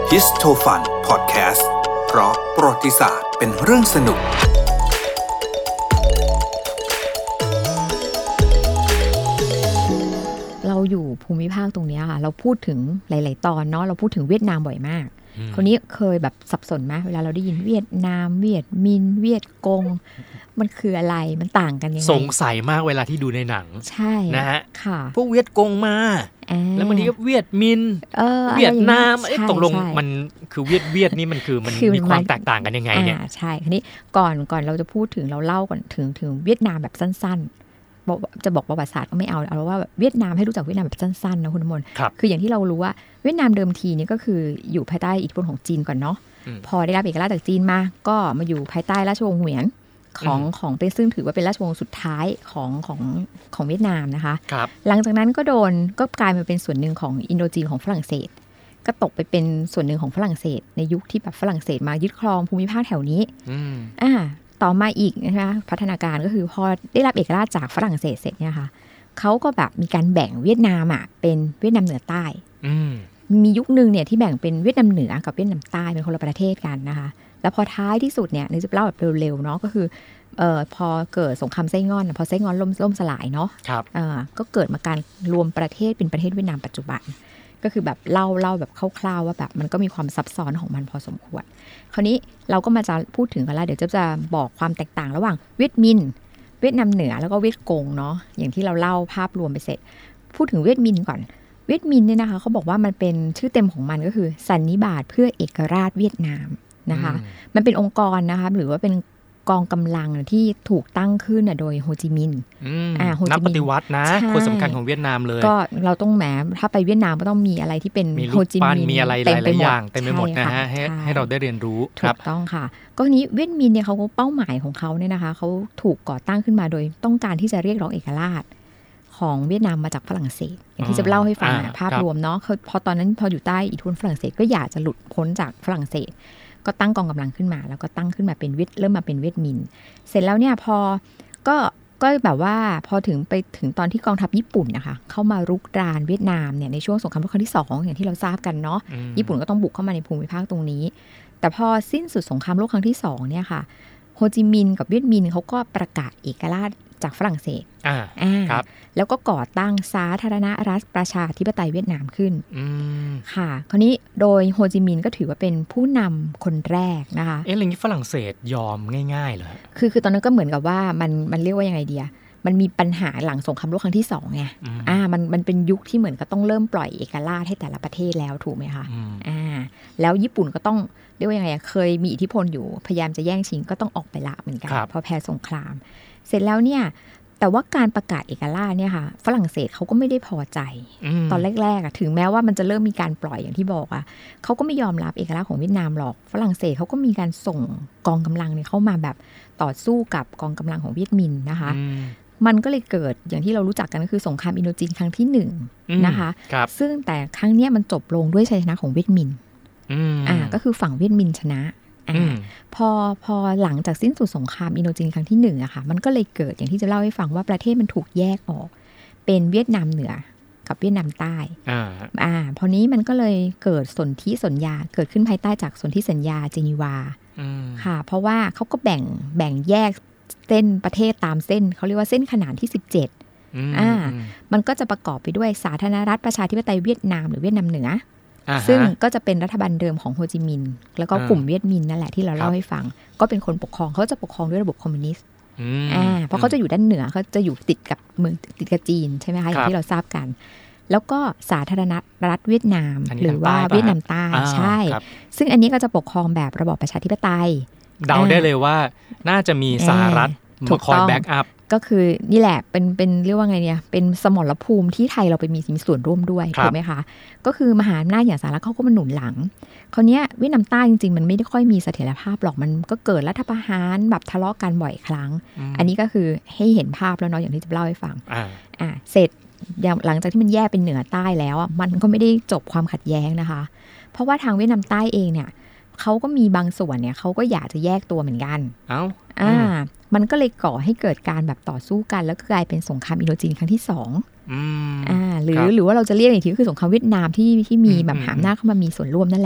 ฮิสโทฟันพอดแคสต์เพราะประวัติศาสตร์เป็นเรื่องสนุกเราอยู่ภูมิภาคตรงนี้ค่ะเราพูดถึงหลายๆตอนเนาะเราพูดถึงเวียดนามบ่อยมากคนนี้เคยแบบสับสนไหมเวลาเราได้ยินเวียดนามเวียดมินเวียดกงมันคืออะไรมันต่างกันยังไงสงสัยมากเวลาที่ดูในหนังใช่นะฮะค่ะพวกเวียดกงมาแล้วบางทีก็เวียดมินเวียดนามตกลงมันคือเวียดนี่มันคือมันมีความแตกต่างกันยังไงเนี่ยใช่ทีนี้ก่อนเราจะพูดถึงเราเล่าก่อนถึงเวียดนามแบบสั้นๆจะบอกประวัติศาสตร์ก็ไม่เอาว่าเวียดนามให้รู้จักเวียดนามแบบสั้นๆนะคุณมนต์คืออย่างที่เรารู้ว่าเวียดนามเดิมทีนี่ก็คืออยู่ภายใต้อิทธิพลของจีนก่อนเนาะพอได้รับเอกราชจากจีนมาก็มาอยู่ภายใต้ราชวงศ์เหวียนของเป็นซึ่งถือว่าเป็นราชวงศ์สุดท้ายของเวียดนามนะคะหลังจากนั้นก็กลายมาเป็นส่วนหนึ่งของอินโดจีนของฝรั่งเศสก็ตกไปเป็นส่วนหนึ่งของฝรั่งเศสในยุคที่แบบฝรั่งเศสมายึดครองภูมิภาคแถวนี้ต่อมาอีกนะคะพัฒนาการก็คือพอได้รับเอกราชจากฝรั่งเศสเสร็จเนี่ยค่ะเขาก็แบบมีการแบ่งเวียดนามเป็นเวียดนามเหนือใต้มียุคนึงเนี่ยที่แบ่งเป็นเวียดนามเหนือกับเวียดนามใต้เป็นคนละประเทศกันนะคะแล้วพอท้ายที่สุดเนี่ยในจะเล่าแบบเร็วๆเนาะก็คือพอเกิดสงครามไส้งอนพอไส้งอนล่มสลายเนาะก็เกิดมาการรวมประเทศเป็นประเทศเวียดนามปัจจุบันก็คือแบบเล่าแบบคร่าวๆว่าแบบมันก็มีความซับซ้อนของมันพอสมควรคราวนี้เราก็มาจะพูดถึงกันแล้วเดี๋ยวจะบอกความแตกต่างระหว่างเวียดมินเวียดนามเหนือแล้วก็เวียดกงเนาะอย่างที่เราเล่าภาพรวมไปเสร็จพูดถึงเวียดมินก่อนเวียดมินเนี่ยนะคะเขาบอกว่ามันเป็นชื่อเต็มของมันก็คือสันนิบาตเพื่อเอกราชเวียดนามนะคะมันเป็นองค์กรนะคะหรือว่าเป็นกองกำลังที่ถูกตั้งขึ้นโดยโฮจิมินห์นักปฏิวัตินะคนสำคัญของเวียดนามเลยก็เราต้องถ้าไปเวียดนามก็ต้องมีอะไรที่เป็นโฮจิมินห์มีอะไรหลายๆอย่างเต็มไปหมดนะฮะให้เราได้เรียนรู้ถูกต้องค่ะก็นี้เวียดมินห์เนี่ยเขาเป้าหมายของเขาเนี่ยนะคะเขาถูกก่อตั้งขึ้นมาโดยต้องการที่จะเรียกร้องเอกราชของเวียดนามมาจากฝรั่งเศสอย่างที่จะเล่าให้ฟังภาพรวมเนาะพอตอนนั้นพออยู่ใต้อิทธิพลฝรั่งเศสก็อยากจะหลุดพ้นจากฝรั่งเศสก็ตั้งกองกำลังขึ้นมาแล้วก็ตั้งขึ้นมาเป็นเริ่มมาเป็นเวียดมินเสร็จแล้วเนี่ยพอก็แบบว่าพอไปถึงตอนที่กองทัพญี่ปุ่นนะคะเข้ามารุกรานเวียดนามเนี่ยในช่วงสงครามโลกครั้งที่2อย่างที่เราทราบกันเนาะญี่ปุ่นก็ต้องบุกเข้ามาในภูมิภาคตรงนี้แต่พอสิ้นสุดสงครามโลกครั้งที่2เนี่ยค่ะโฮจิมินห์กับเวียดมินห์เขาก็ประกาศเอกราชจากฝรั่งเศสแล้วก็ก่อตั้งสาธารณรัฐประชาธิปไตยเวียดนามขึ้นค่ะคราวนี้โดยโฮจิมินห์ก็ถือว่าเป็นผู้นำคนแรกนะคะอย่างนี้ฝรั่งเศสยอมง่ายๆเหรอคือตอนนั้นก็เหมือนกับว่ามันเรียกว่ายังไงดีอะมันมีปัญหาหลังสงครามโลกครั้งที่2ไงมันเป็นยุคที่เหมือนก็ต้องเริ่มปล่อยเอกราชให้แต่ละประเทศแล้วถูกไหมคะแล้วญี่ปุ่นก็ต้องเรียกว่ายังไงเคยมีอิทธิพลอยู่พยายามจะแย่งชิงก็ต้องออกไปละเหมือนกันพอแพ้สงครามเสร็จแล้วเนี่ยแต่ว่าการประกาศเอกราชเนี่ยค่ะฝรั่งเศสเขาก็ไม่ได้พอใจตอนแรกๆถึงแม้ว่ามันจะเริ่มมีการปล่อยอย่างที่บอกเขาก็ไม่ยอมรับเอกราชของเวียดนามหรอกฝรั่งเศสเขาก็มีการส่งกองกำลังเนี่ยเข้ามาแบบต่อสู้กับกองกำลังของเวียดมินนะคะมันก็เลยเกิดอย่างที่เรารู้จักกันก็คือสงครามอินโดจีนครั้งที่1นะคะซึ่งแต่ครั้งนี้มันจบลงด้วยชัยชนะของเวียดมินก็คือฝั่งเวียดมินชนะพอหลังจากสิ้นสุดสงครามอินโดจีนครั้งที่1อะค่ะมันก็เลยเกิดอย่างที่จะเล่าให้ฟังว่าประเทศมันถูกแยกออกเป็นเวียดนามเหนือกับเวียดนามใต้พอนี้มันก็เลยเกิดสนธิสัญญาเกิดขึ้นภายใต้จากสนธิสัญญาเจนีวาค่ะเพราะว่าเขาก็แบ่งแยกเส้นประเทศตามเส้นเขาเรียกว่าเส้นขนานที่17มันก็จะประกอบไปด้วยสาธารณรัฐประชาธิปไตยเวียดนามหรือเวียดนามเหนือซึ่งก็จะเป็นรัฐบาลเดิมของโฮจิมินห์แล้วก็กลุ่มเวียดมินนั่นแหละที่เราเล่าให้ฟังก็เป็นคนปกครองเขาจะปกครองด้วยระบบคอมมิวนิสต์เพราะเขาจะอยู่ด้านเหนือเขาจะอยู่ติดกับเมืองติดกับจีนใช่ไหมคะอย่างที่เราทราบกันแล้วก็สาธารณรัฐเวียดนามหรือว่าเวียดนามใต้ใช่ซึ่งอันนี้ก็จะปกครองแบบระบอบประชาธิปไตยเดาได้เลยว่าน่าจะมีสหรัฐมาคอยแบ็กอัพก็คือนี่แหละเป็นเรียกว่าไงเนี่ยเป็นสมรภูมิที่ไทยเราไปมีส่วนร่วมด้วยถูกไหมคะก็คือมหาอำนาจอย่างสหรัฐเขาก็มาหนุนหลังคราวนี้เวียดนามใต้จริงๆมันไม่ได้ค่อยมีเสถียรภาพหรอกมันก็เกิดรัฐประหารแบบทะเลาะกันบ่อยครั้งอันนี้ก็คือให้เห็นภาพแล้วเนาะอย่างที่จะเล่าให้ฟังเสร็จหลังจากที่มันแยกเป็นเหนือใต้แล้วมันก็ไม่ได้จบความขัดแย้งนะคะเพราะว่าทางเวียดนามใต้เองเนี่ยเขาก็มีบางส่วนเนี่ยเขาก็อยากจะแยกตัวเหมือนกันมันก็เลยก่อให้เกิดการแบบต่อสู้กันแล้วก็กลายเป็นสงครามอินโดจีนครั้งที่2หรือว่าเราจะเรียกอีกทีก็คือสงครามเวียดนามที่มีแบบหามหน้าเข้ามามีส่วนร่วมนั่นแหละ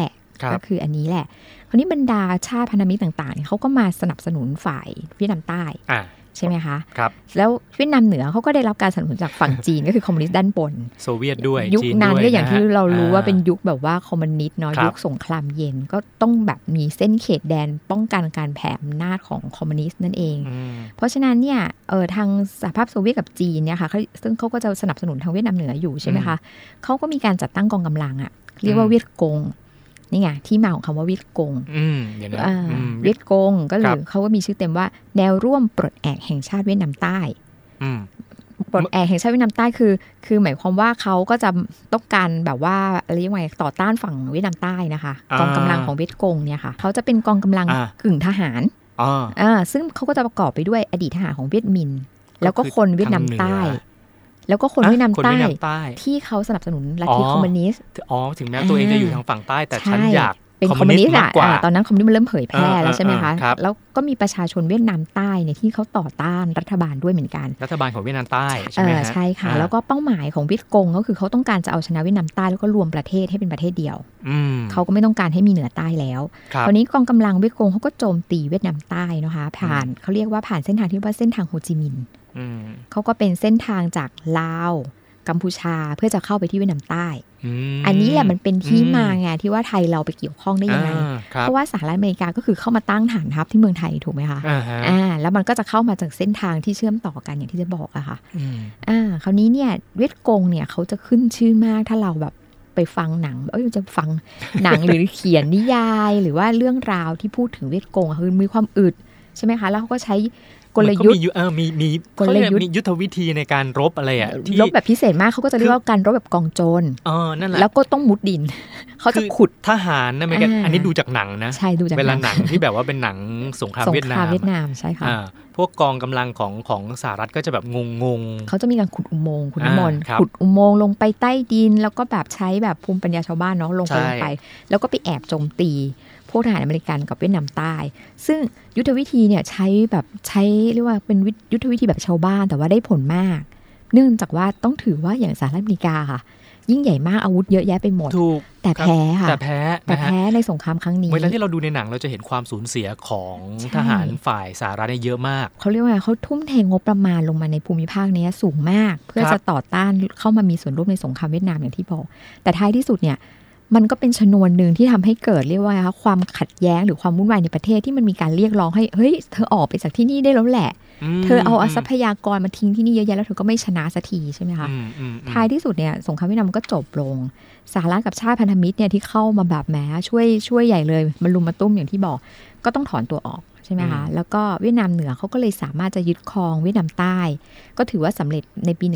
ก็คืออันนี้แหละคราวนี้บรรดาชาติพันธมิตรต่างๆเขาก็มาสนับสนุนฝ่ายเวียดนามใต้ใช่ไหมคะครับแล้วเวียดนามเหนือเขาก็ได้รับการสนับสนุนจากฝั่งจีน ก็คือคอมมิวนิสต์ด้านบนโซเวียตด้วยยุคนั้นก็อย่างที่เรารู้ว่าเป็นยุคแบบว่าคอมมิวนิสต์เนาะยุคสงครามเย็นก็ต้องแบบมีเส้นเขตแดนป้องกันการแผ่อำนาจของคอมมิวนิสต์นั่นเองเพราะฉะนั้นเนี่ยทางสหภาพโซเวียตกับจีนเนี่ยค่ะซึ่งเขาก็จะสนับสนุนทางเวียดนามเหนืออยู่ใช่ไหมคะเขาก็มีการจัดตั้งกองกำลังอ่ะเรียกว่าเวียดกงนี่ไงที่มาของคำว่าเวียดกงเวียดกงก็เลยเขาก็มีชื่อเต็มว่าแนวร่วมปลดแอกแห่งชาติเวียดนามใต้ปลดแอกแห่งชาติเวียดนามใต้คือหมายความว่าเขาก็จะต้องการแบบว่าอะไรยังไงต่อต้านฝั่งเวียดนามใต้นะคะกองกำลังของเวียดกงเนี่ยค่ะเขาจะเป็นกองกำลังกึ่งทหารซึ่งเขาก็จะประกอบไปด้วยอดีตทหารของเวียดมินแล้วก็คนเวียดนามใต้แล้วก็คนเวียดนามใต้ที่เขาสนับสนุนลัทธิคอมมิวนิสต์ถึงแม้ตัวเองจะอยู่ทางฝั่งใต้แต่ฉันอยากเป็นคอมมิวนิสต์ตอนนั้นคอมมิวนิสต์มันเริ่มเผยแพร่แล้วใช่ไหมคะแล้วก็มีประชาชนเวียดนามใต้เนี่ยที่เขาต่อต้านรัฐบาลด้วยเหมือนกันรัฐบาลของเวียดนามใต้ใช่ไหมใช่ค่ะแล้วก็เป้าหมายของเวียดกงก็คือเขาต้องการจะเอาชนะเวียดนามใต้แล้วก็รวมประเทศให้เป็นประเทศเดียวเขาก็ไม่ต้องการให้มีเหนือใต้แล้วคราวนี้กองกำลังเวียดกงเขาก็โจมตีเวียดนามใต้นะคะผ่านเขาเรียกว่าผ่านเส้นทางที่ว่าเส้นทางโฮจิมินห์เขาก็เป็นเส้นทางจากลาวกัมพูชาเพื่อจะเข้าไปที่เวียดนามใต้อันนี้แหละมันเป็นที่มาไงที่ว่าไทยเราไปเกี่ยวข้องได้ยังไงเพราะว่าสหรัฐอเมริกาก็คือเข้ามาตั้งฐานทัพที่เมืองไทยถูกไหมคะแล้วมันก็จะเข้ามาจากเส้นทางที่เชื่อมต่อกันอย่างที่จะบอกอะค่ะคราวนี้เนี่ยเวียดกงเนี่ยเขาจะขึ้นชื่อมากถ้าเราแบบไปฟังหนังจะฟังหนังหรือเขียนนิยายหรือว่าเรื่องราวที่พูดถึงเวียดกงคือมีความอึดใช่ไหมคะแล้วเขาก็ใช้กลยุทธ์มียุทธวิธีในการรบอะไรอ่ะรบแบบพิเศษมากเขาก็จะเรียกว่าการรบแบบกองโจรนั่นแหละแล้วก็ต้องมุดดินเขาจะขุดทหารนะไม่กันอันนี้ดูจากหนังนะใช่ดูจากเวลาหนังที่แบบว่าเป็นหนังสงครามเวียดนามใช่ค่ะพวกกองกำลังของสหรัฐก็จะแบบงงเขาจะมีการขุดอุโมงค์คุณนิมนต์ขุดอุโมงค์ลงไปใต้ดินแล้วก็แบบใช้แบบภูมิปัญญาชาวบ้านเนาะลงไปแล้วก็ไปแอบโจมตีพวกทหารอเมริกันกับเวียดนามใต้ซึ่งยุทธวิธีเนี่ยใช้เรียกว่าเป็นยุทธวิธีแบบชาวบ้านแต่ว่าได้ผลมากเนื่องจากว่าต้องถือว่าอย่างสหรัฐอเมริกาค่ะยิ่งใหญ่มากอาวุธเยอะแยะไปหมดแต่แพ้ค่ะแต่แพ้ในสงครามครั้งนี้เวลาที่เราดูในหนังเราจะเห็นความสูญเสียของทหารฝ่ายสหรัฐเยอะมากเขาเรียกว่าเขาทุ่มเทงบประมาณลงมาในภูมิภาคนี้สูงมากเพื่อจะต่อต้านเข้ามามีส่วนร่วมในสงครามเวียดนามอย่างที่บอกแต่ท้ายที่สุดเนี่ยมันก็เป็นชนวนหนึ่งที่ทำให้เกิดเรียกว่าความขัดแย้งหรือความวุ่นวายในประเทศที่มันมีการเรียกร้องให้เฮ้ยเธอออกไปจากที่นี่ได้แล้วแหละเธอเอาทรัพยากรมาทิ้งที่นี่เยอะแยะแล้วเธอก็ไม่ชนะสักทีใช่ไหมคะท้ายที่สุดเนี่ยสงครามเวียดนามก็จบลงสหรัฐกับชาติพันธมิตรเนี่ยที่เข้ามาแบบแหมช่วยใหญ่เลยมันลุมมาตุ้มอย่างที่บอกก็ต้องถอนตัวออกใช่ไหมคะแล้วก็เวียดนามเหนือเขาก็เลยสามารถจะยึดครองเวียดนามใต้ก็ถือว่าสำเร็จในปี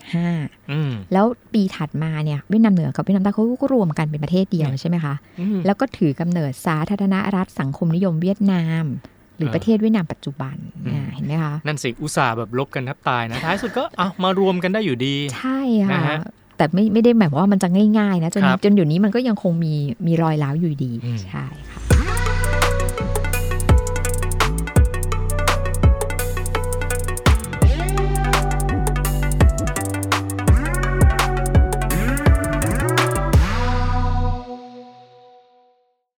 1975แล้วปีถัดมาเนี่ยเวียดนามเหนือกับเวียดนามใต้เขาก็รวมกันเป็นประเทศเดียวใช่ไหมคะแล้วก็ถือกำเนิดสาธารณรัฐสังคมนิยมเวียดนามหรือประเทศเวียดนามปัจจุบันเห็นไหมคะนั่นสิอุตส่าห์แบบลบกันแทบตายนะท้ายสุดก็มารวมกันได้อยู่ดีใช่ค่ะแต่ไม่ได้หมายว่ามันจะง่ายๆนะจนเดี๋ยวนี้มันก็ยังคงมีรอยร้าวอยู่ดีใช่ค่ะ